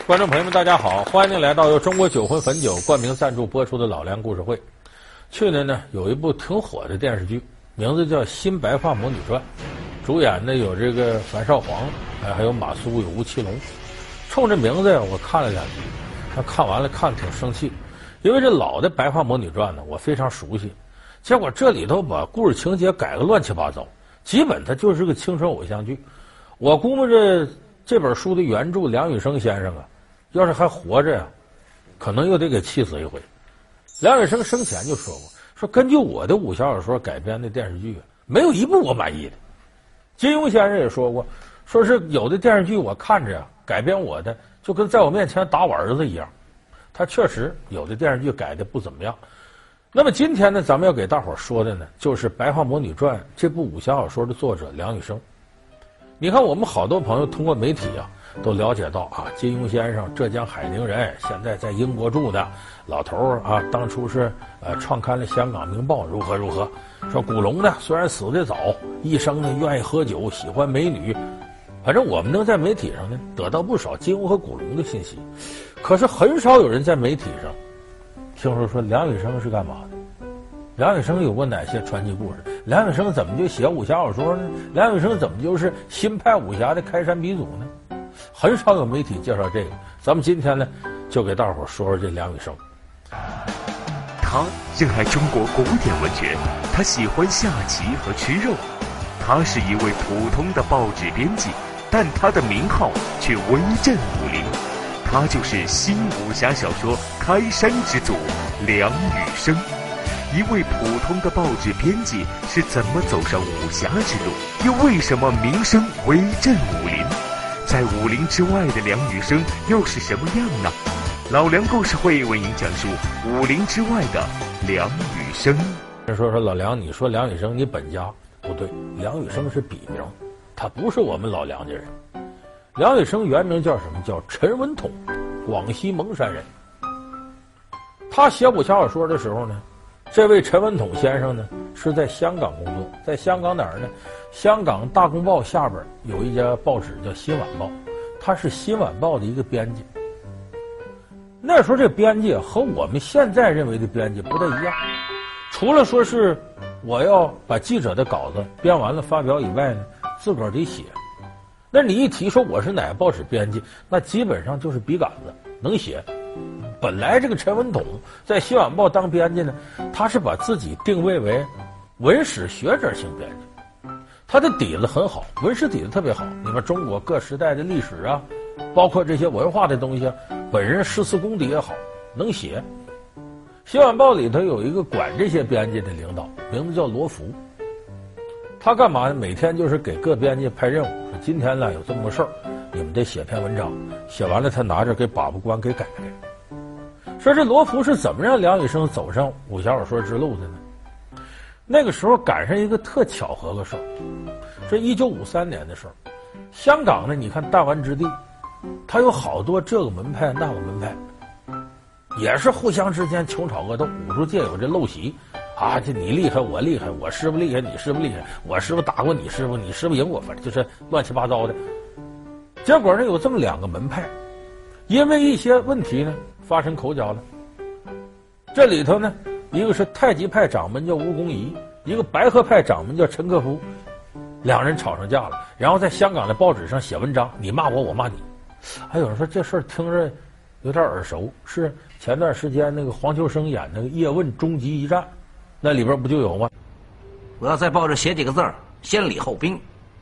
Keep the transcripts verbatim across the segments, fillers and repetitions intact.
观众朋友们，大家好，欢迎您来到由中国酒魂汾酒冠名赞助播出的老梁故事会。去年呢，有一部挺火的电视剧，名字叫《新白发魔女传》，主演呢有这个樊少皇，哎，还有马苏，有吴奇隆。冲这名字呀，我看了两集，但看完了看挺生气，因为这老的《白发魔女传》呢，我非常熟悉，结果这里头把故事情节改个乱七八糟，基本它就是个青春偶像剧。我估摸着这本书的原著梁羽生先生啊，要是还活着呀，可能又得给气死一回。梁羽生生前就说过，说根据我的武侠小说改编的电视剧啊，没有一部我满意的。金庸先生也说过，说是有的电视剧我看着呀，改编我的就跟在我面前打我儿子一样。他确实有的电视剧改的不怎么样。那么今天呢，咱们要给大伙儿说的呢，就是《白发魔女传》这部武侠小说的作者梁羽生。你看，我们好多朋友通过媒体啊，都了解到啊，金庸先生浙江海宁人，现在在英国住的老头儿啊，当初是呃创刊了《香港明报》，如何如何。说古龙呢，虽然死得早，一生呢愿意喝酒，喜欢美女。反正我们能在媒体上呢得到不少金庸和古龙的信息，可是很少有人在媒体上听说说梁羽生是干嘛的。梁羽生有过哪些传奇故事？梁羽生怎么就写武侠小说呢？梁羽生怎么就是新派武侠的开山鼻祖呢？很少有媒体介绍这个。咱们今天呢，就给大伙说说这梁羽生。 他热爱中国古典文学，他喜欢下棋和吃肉。他是一位普通的报纸编辑，但他的名号却威震武林。他就是新武侠小说开山之祖梁羽生。一位普通的报纸编辑是怎么走上武侠之路？又为什么名声威震武林？在武林之外的梁羽生又是什么样呢？老梁故事会为您讲述武林之外的梁羽生。 说说老梁，你说梁羽生你本家不对，梁羽生是笔名，他不是我们老梁家人。梁羽生原名叫什么？叫陈文统，广西蒙山人。他写武侠小说的时候呢，这位陈文统先生呢是在香港工作，在香港哪儿呢？香港大公报下边有一家报纸叫《新晚报》，他是《新晚报》的一个编辑。那时候这编辑和我们现在认为的编辑不太一样，除了说是我要把记者的稿子编完了发表以外呢，自个儿得写。那你一提说我是哪个报纸编辑，那基本上就是笔杆子能写。本来这个陈文统在《新晚报》当编辑呢，他是把自己定位为文史学者型编辑，他的底子很好，文史底子特别好。你看中国各时代的历史啊，包括这些文化的东西啊，本人诗词功底也好，能写。《新晚报》里头有一个管这些编辑的领导，名字叫罗福。他干嘛呢？每天就是给各编辑派任务，说今天呢有这么个事儿，你们得写篇文章，写完了他拿着给把把关给改改。说这罗福是怎么让梁羽生走上武侠小说之路的呢？那个时候赶上一个特巧合的事儿，这一九五三年的事儿，香港呢，你看弹丸之地，它有好多这个门派那个门派，也是互相之间穷吵恶斗，武术界有这陋习啊，这你厉害我厉害，我师傅厉害你师傅厉害，我师傅打过你师傅，你师傅赢我，反正就是乱七八糟的。结果呢，有这么两个门派，因为一些问题呢发生口角了。这里头呢，一个是太极派掌门叫吴公仪，一个白鹤派掌门叫陈克夫，两人吵上架了，然后在香港的报纸上写文章，你骂我我骂你。还有人说这事儿听着有点耳熟，是前段时间那个黄秋生演那个《叶问终极一战》，那里边不就有吗？ 我要在报纸写几个字儿，先礼后兵。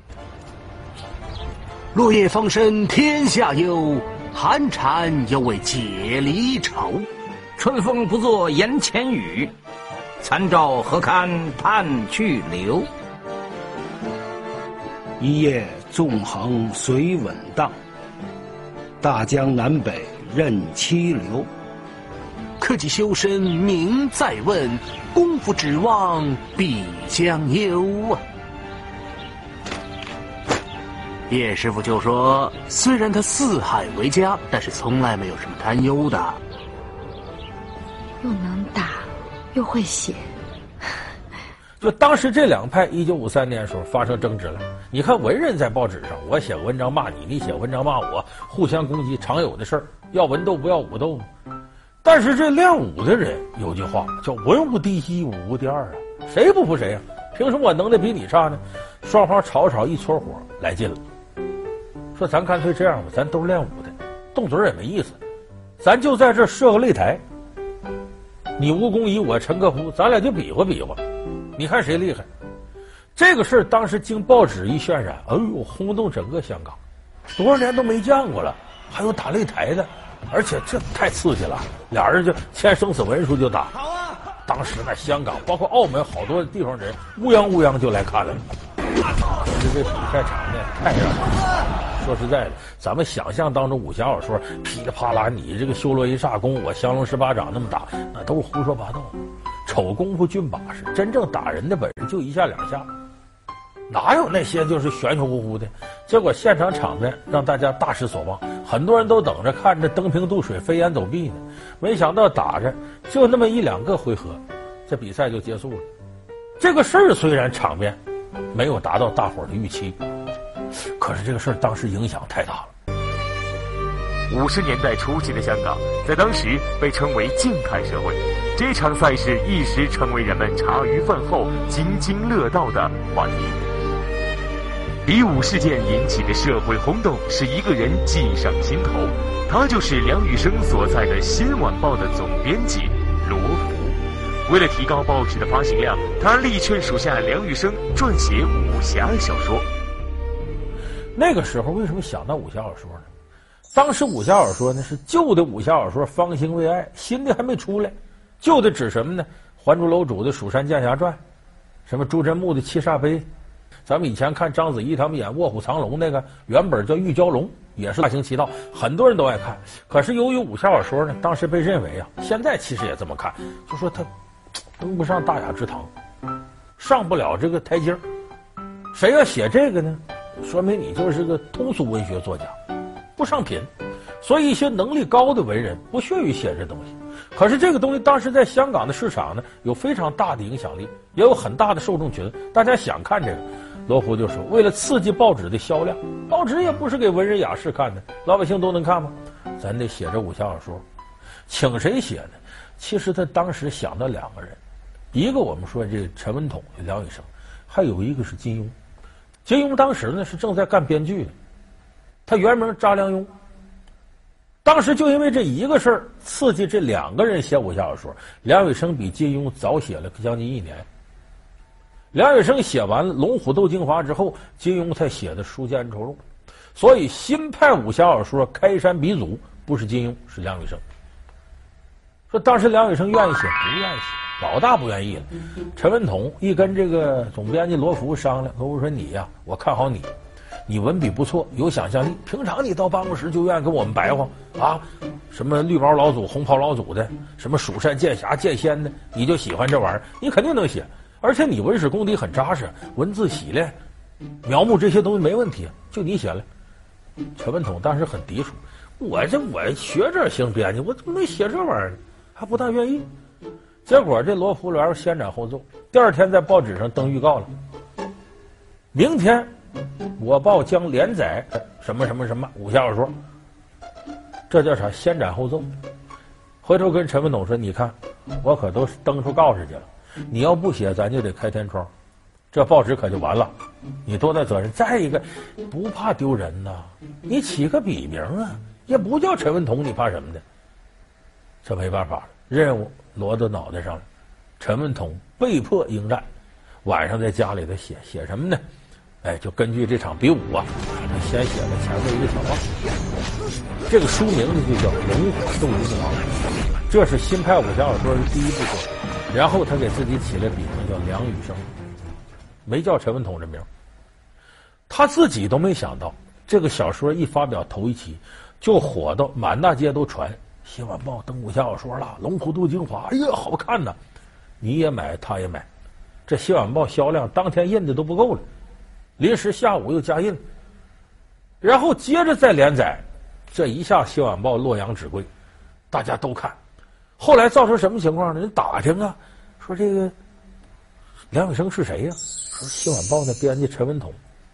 落叶风声天下忧，寒蝉犹未解离愁。 春风不作言前语，残照何堪盼去留。 一叶纵横随稳当，大江南北任溪流。 科技修身名在问，功夫指望必将有啊。叶师傅就说，虽然他四海为家，但是从来没有什么贪忧的。 又能打，又会写。 就当时这两派，一九五三年的时候发生争执了。 你看文人在报纸上，我写文章骂你，你写文章骂我，互相攻击，常有的事儿。要文斗不要武斗。但是这练武的人有句话叫文无第一，武无第二啊，谁不服谁啊？凭什么我能耐比你差呢？双方吵吵一撮火来劲了，说咱干脆这样吧，咱都是练武的，动嘴也没意思，咱就在这设个擂台，你吴公仪我陈克夫，咱俩就比划比划，你看谁厉害。这个事儿当时经报纸一渲染，哎呦，轰动整个香港，多少年都没见过了，还有打擂台的，而且这太刺激了，俩人就签生死文书就打。好啊！当时那香港包括澳门好多地方人乌泱乌泱就来看了。这这比赛场面太让人说实在的，咱们想象当中武侠小说噼里啪啦，你这个修罗一煞功，我降龙十八掌那么打，那都是胡说八道。瞅功夫俊把式，真正打人的本事就一下两下，哪有那些就是玄玄乎乎的？结果现场场面让大家大失所望，很多人都等着看着登平渡水飞檐走壁呢，没想到打着就那么一两个回合，这比赛就结束了。这个事儿虽然场面没有达到大伙儿的预期，可是这个事儿当时影响太大了。 五十年代初期的香港，在当时被称为静态社会，这场赛事一时成为人们茶余饭后津津乐道的话题。比武事件引起的社会轰动使一个人记上心头，他就是梁羽生所在的《新晚报》的总编辑罗浮。为了提高报纸的发行量，他力劝属下梁羽生撰写武侠小说。 那个时候为什么想到武侠小说呢？当时武侠小说呢是旧的武侠小说方兴未艾，新的还没出来。旧的指什么呢？还珠楼主的《蜀山剑侠传》，什么朱真木的《七煞碑》，咱们以前看章子怡他们演《卧虎藏龙》那个原本叫《玉娇龙》，也是大行其道，很多人都爱看。可是由于武侠小说呢，当时被认为啊，现在其实也这么看，就说它登不上大雅之堂，上不了这个台阶儿。谁要写这个呢？说明你就是个通俗文学作家，不上品。所以一些能力高的文人不屑于写这东西。可是这个东西当时在香港的市场呢，有非常大的影响力，也有很大的受众群，大家想看这个。罗浮就说，为了刺激报纸的销量，报纸也不是给文人雅士看的，老百姓都能看吗？咱得写这武侠小说。请谁写呢？其实他当时想到两个人，一个我们说这陈文统、梁羽生，还有一个是金庸。金庸当时呢是正在干编剧的，他原名查良镛。当时就因为这一个事儿，刺激这两个人写武侠小说。梁羽生比金庸早写了将近一年。梁羽生写完了《龙虎斗精华》之后，金庸才写的《书剑恩仇录》。所以新派武侠小说开山鼻祖不是金庸，是梁羽生。说当时梁羽生愿意写不愿意写，老大不愿意了。陈文统一跟这个总编辑罗浮商量，罗浮说你呀，我看好你，你文笔不错，有想象力，平常你到办公室就愿意跟我们白话啊，什么绿袍老祖、红袍老祖的，什么蜀山剑侠、剑仙的，你就喜欢这玩意儿，你肯定能写。而且你文史功底很扎实，文字洗练，描摹这些东西没问题，就你写了。陈文统当时很抵触，我这我学这行编辑，我怎么没写这玩意儿呢？还不大愿意。结果这罗浮园先斩后奏，第二天在报纸上登预告了，明天我报将连载什么什么什么武侠小说。这叫啥？先斩后奏。回头跟陈文统说，你看我可都登出告示去了，你要不写咱就得开天窗，这报纸可就完了，你多大责任。再一个不怕丢人呐，你起个笔名啊，也不叫陈文统，你怕什么的？这没办法了，任务落到脑袋上了。陈文统被迫应战，晚上在家里头写写什么呢？哎，就根据这场比武啊，他先写了前面一个小话，这个书名呢就叫《龙虎斗精华》，这是新派武侠小说的第一部作品。然后他给自己起了笔名叫梁羽生，没叫陈文统这名。他自己都没想到，这个小说一发表头一期，就火到满大街都传。新晚报登武侠小说了，《龙虎斗精华》，哎呀，好看呐！你也买，他也买。这新晚报销量当天印的都不够了，临时下午又加印，然后接着再连载，这一下新晚报洛阳纸贵，大家都看。后来造成什么情况呢？人打听啊，说这个梁羽生是谁呀、啊？说新晚报的编辑陈文统，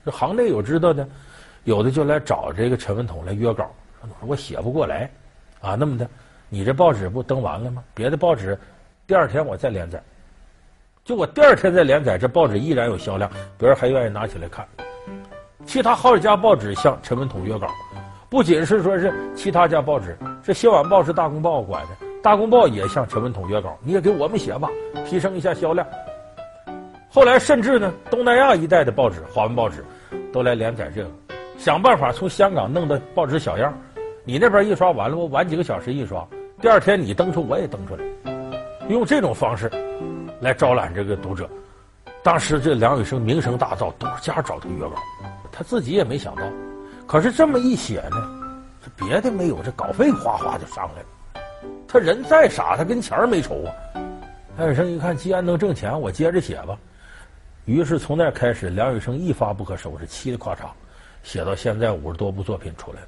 这行内有知道的，有的就来找这个陈文统来约稿，说我写不过来啊，那么的，你这报纸不登完了吗？别的报纸第二天我再连载，就我第二天再连载，这报纸依然有销量，别人还愿意拿起来看。其他好几家报纸向陈文统约稿，不仅是说是其他家报纸，这《新晚报》是大公报管的，大公报也向陈文统约稿，你也给我们写吧，提升一下销量。后来甚至呢，东南亚一带的报纸，华文报纸都来连载这个，想办法从香港弄的报纸小样，你那边一刷完了，我晚几个小时一刷，第二天你登出我也登出来，用这种方式来招揽这个读者。当时这梁羽生名声大噪，多少家找他约稿，他自己也没想到。可是这么一写呢，这别的没有，这稿费哗哗就上来了。他人再傻，他跟钱儿没仇啊。梁羽生一看，既然能挣钱，我接着写吧。于是从那儿开始，梁羽生一发不可收拾，七里咔嚓，写到现在五十多部作品出来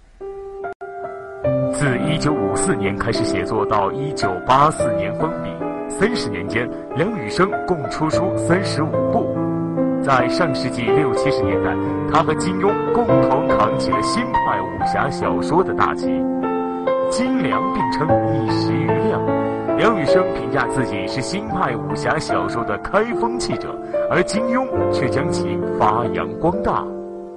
了。 自一九五四年开始写作到一九八四年封笔，三十年间，梁羽生共出书三十五部。在上世纪六七十年代，他和金庸共同扛起了新派武侠小说的大旗，金梁并称一时瑜亮。梁羽生评价自己是新派武侠小说的开风气者，而金庸却将其发扬光大。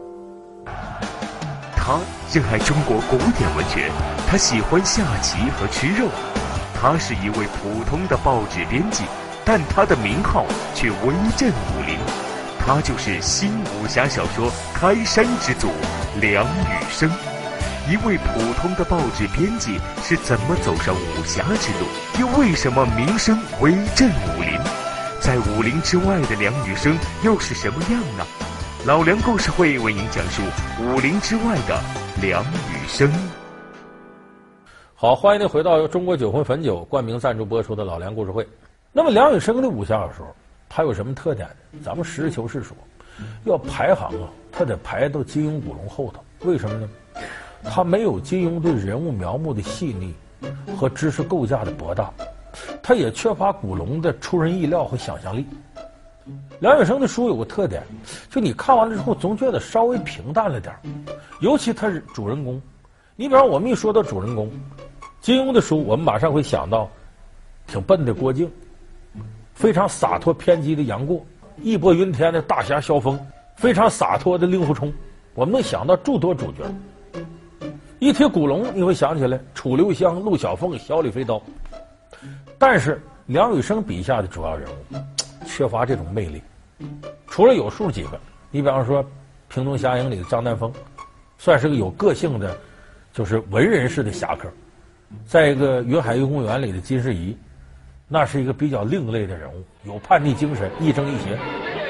他热爱中国古典文学，他喜欢下棋和吃肉。他是一位普通的报纸编辑，但他的名号却威震武林。他就是新武侠小说开山之祖梁羽生。一位普通的报纸编辑是怎么走上武侠之路？又为什么名声威震武林？在武林之外的梁羽生又是什么样呢？老梁故事会为您讲述武林之外的梁羽生。 好，欢迎您回到由中国酒魂汾酒冠名赞助播出的老梁故事会。那么梁羽生的武侠小说它有什么特点呢？咱们实事求是说，要排行啊，它得排到金庸、古龙后头。为什么呢？他没有金庸对人物描摹的细腻和知识构架的博大，他也缺乏古龙的出人意料和想象力。梁羽生的书有个特点，就你看完了之后总觉得稍微平淡了点，尤其他是主人公。你比方我们一说到主人公，金庸的书我们马上会想到挺笨的郭靖，非常洒脱偏激的杨过，义薄云天的大侠萧峰，非常洒脱的令狐冲，我们能想到诸多主角。一提古龙，你会想起来楚留香、陆小凤、小李飞刀。但是梁羽生笔下的主要人物缺乏这种魅力，除了有数几个，你比方说平东侠影里的张丹峰，算是个有个性的，就是文人式的侠客。在一个云海游公园里的金世仪，那是一个比较另类的人物，有叛逆精神，亦正亦邪。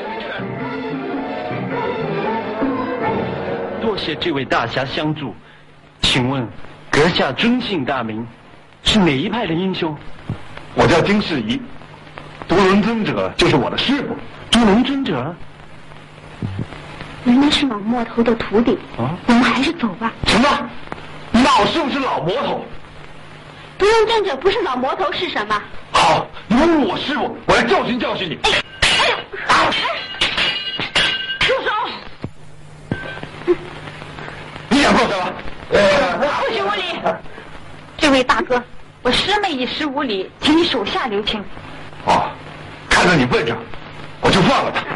多谢这位大侠相助，请问阁下尊姓大名，是哪一派的英雄？ 我叫金世仪，独龙尊者就是我的师傅。 独龙尊者原来是老魔头的徒弟啊！我们还是走吧。 什么？你骂我是不是老魔头？ 独龙尊者不是老魔头是什么？ 好，你侮辱我师傅，我来教训教训你。 哎哎呦！啊！ 住手！ 你想做什么？ 不许无礼！这位大哥，我师妹一时无礼，请你手下留情。 哦，看在你份上，我就放了他。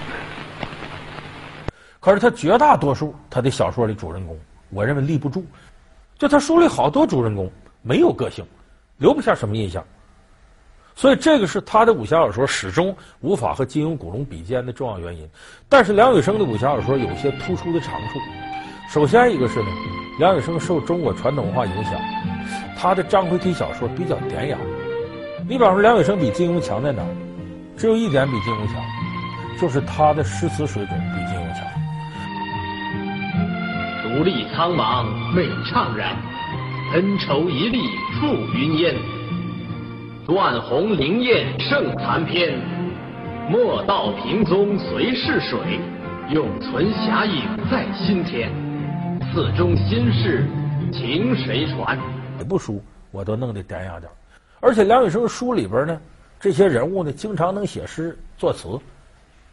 可是他绝大多数他的小说里主人公，我认为立不住。就他书里好多主人公没有个性，留不下什么印象。所以这个是他的武侠小说始终无法和金庸、古龙比肩的重要原因。但是梁羽生的武侠小说有些突出的长处。首先一个是呢，梁羽生受中国传统文化影响，他的章回体小说比较典雅。你比方说梁羽生比金庸强在哪儿？只有一点比金庸强，就是他的诗词水准比金庸强。 独立苍茫美怅然，恩仇一粒付云烟。断鸿灵验胜残篇，莫道平踪随逝水，永存侠影在心田。寺中心事听谁传？ 每部书我都弄得典雅点，而且梁羽生书里边呢，这些人物呢，经常能写诗作词，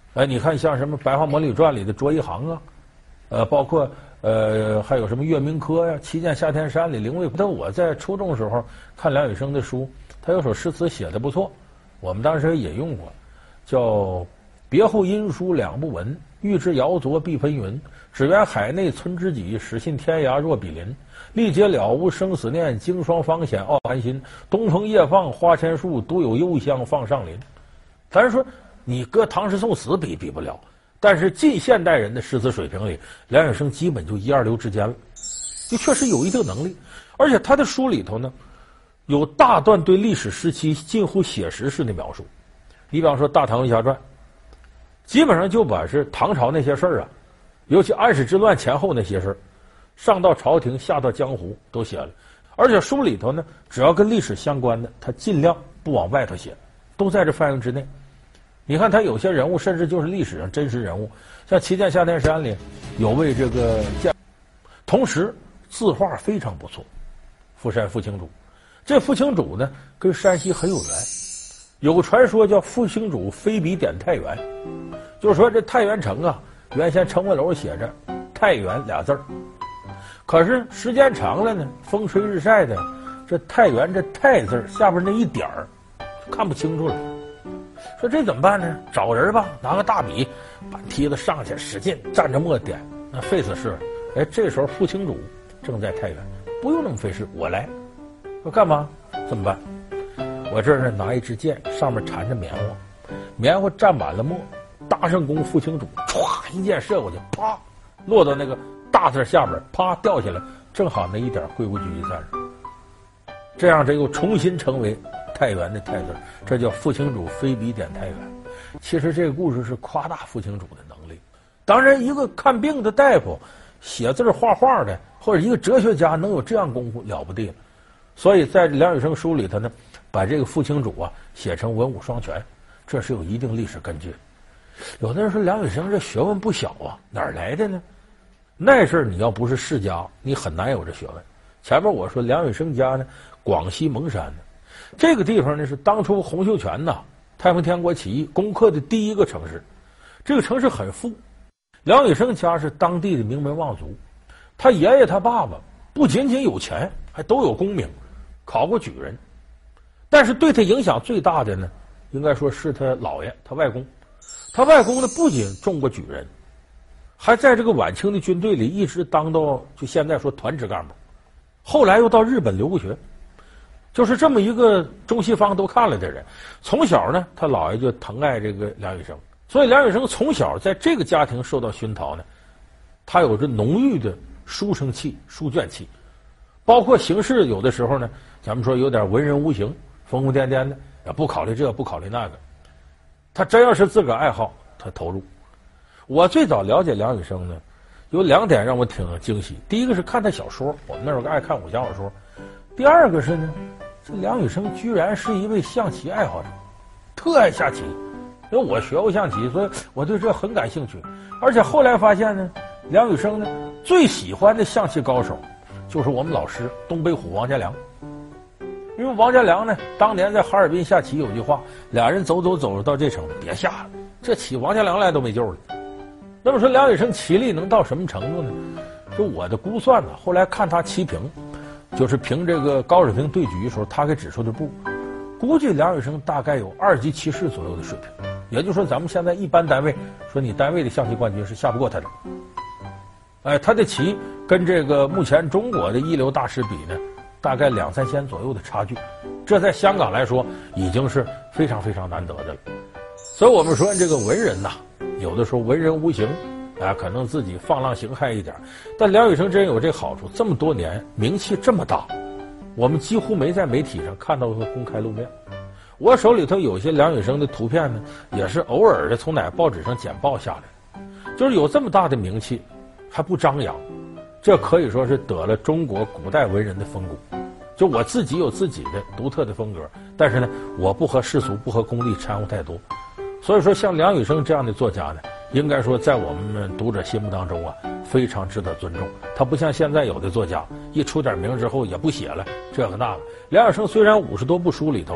哎，你看像什么《白话魔女传》里的卓一航啊，呃，包括呃还有什么岳明珂呀，《旗舰下天山》里林蔚。但我在初中时候看梁羽生的书，他有首诗词写的不错，我们当时也引用过，叫“别后音书两不闻，欲知瑶琢必喷云。只缘海内存知己，始信天涯若比邻。历劫了无生死念，经霜方显傲寒心。东风夜放花千树，独有幽香放上林。”咱说你搁唐诗宋词比比不了，但是近现代人的诗词水平里，梁羽生基本就一二流之间了，就确实有一定能力。而且他的书里头呢，有大段对历史时期近乎写实式的描述。你比方说《大唐文侠传》，基本上就把是唐朝那些事儿啊，尤其安史之乱前后那些事儿，上到朝廷下到江湖都写了。而且书里头呢，只要跟历史相关的，他尽量不往外头写，都在这范围之内。你看他有些人物甚至就是历史上真实人物，像《旗舰下天山》里有位这个剑，同时字画非常不错，富山傅青主。这傅青主呢跟山西很有缘，有个传说叫傅青主飞笔点太原，就是说这太原城啊，原先城门楼写着太原俩字儿，可是时间长了呢，风吹日晒的，这太原这太字下边那一点儿看不清楚了。说这怎么办呢？找人吧，拿个大笔，把梯子上去，使劲蘸着墨点，那费死事。哎，这时候傅青主正在太原，不用那么费事，我来。说干嘛？怎么办？我这儿呢拿一支箭，上面缠着棉花，棉花蘸满了墨，搭上弓，傅青主歘一箭射过去，啪落到那个大字下边，啪掉下来，正好那一点规规矩矩在这。这样这又重新成为太原的太字，这叫傅青主飞笔点太原。其实这个故事是夸大傅青主的能力。当然，一个看病的大夫、写字画画的，或者一个哲学家能有这样功夫，了不得了。所以在梁羽生书里头呢，把这个傅青主啊写成文武双全，这是有一定历史根据。有的人说梁羽生这学问不小啊，哪儿来的呢？那事儿你要不是世家，你很难有这学问。前面我说梁羽生家呢，广西蒙山的这个地方呢，是当初洪秀全呐太平天国起义攻克的第一个城市。这个城市很富，梁羽生家是当地的名门望族，他爷爷他爸爸不仅仅有钱，还都有功名，考过举人。但是对他影响最大的呢，应该说是他姥爷，他外公。他外公呢不仅中过举人，还在这个晚清的军队里一直当到就现在说团职干部，后来又到日本留过学。就是这么一个中西方都看了的人，从小呢，他姥爷就疼爱这个梁羽生，所以梁羽生从小在这个家庭受到熏陶呢，他有着浓郁的书生气、书卷气，包括行事有的时候呢，咱们说有点文人无形，疯疯癫癫的，也不考虑这不考虑那个。他真要是自个儿爱好，他投入。我最早了解梁羽生呢，有两点让我挺惊喜。第一个是看他小说，我们那时候爱看武侠小说。第二个是呢，这梁羽生居然是一位象棋爱好者，特爱下棋。因为我学过象棋，所以我对这很感兴趣。而且后来发现呢，梁羽生呢最喜欢的象棋高手就是我们老师东北虎王家良。因为王家良呢当年在哈尔滨下棋有句话，俩人走走走到这程度，别下了，这棋王家良来都没救了。那么说梁羽生棋力能到什么程度呢？就我的估算呢，后来看他棋评，就是凭这个高水平对局的时候，他给指出的步，估计梁羽生大概有二级棋士左右的水平。也就是说，咱们现在一般单位说你单位的象棋冠军是下不过他的。哎，他的棋跟这个目前中国的一流大师比呢，大概两三千左右的差距，这在香港来说已经是非常非常难得的了。所以我们说这个文人呐，有的时候文人无形啊，可能自己放浪形骸一点，但梁羽生真有这好处，这么多年名气这么大，我们几乎没在媒体上看到过公开露面。我手里头有些梁羽生的图片呢，也是偶尔的从哪报纸上剪报下来，就是有这么大的名气还不张扬，这可以说是得了中国古代文人的风骨。就我自己有自己的独特的风格，但是呢，我不和世俗不和功利掺和太多。所以说像梁羽生这样的作家呢，应该说在我们读者心目当中啊，非常值得尊重。他不像现在有的作家一出点名之后也不写了这个那个。梁羽生虽然五十多部书里头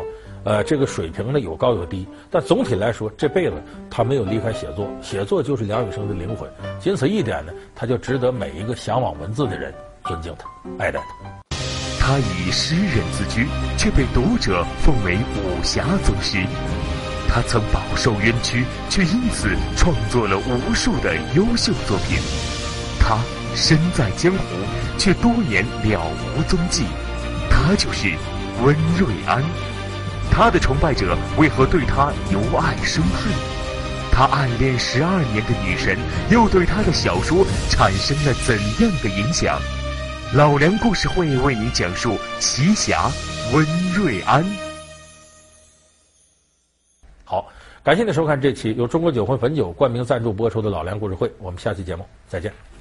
呃，这个水平呢有高有低，但总体来说，这辈子他没有离开写作，写作就是梁羽生的灵魂。仅此一点呢，他就值得每一个向往文字的人尊敬他、爱戴他。 他以诗人自居，却被读者奉为武侠宗师。他曾饱受冤屈，却因此创作了无数的优秀作品。他身在江湖，却多年了无踪迹。他就是温瑞安。他的崇拜者为何对他由爱生恨？他暗恋十二年的女神，又对他的小说产生了怎样的影响？老梁故事会为你讲述奇侠温瑞安。 好，感谢您收看这期由中国酒魂汾酒冠名赞助播出的老梁故事会，我们下期节目再见。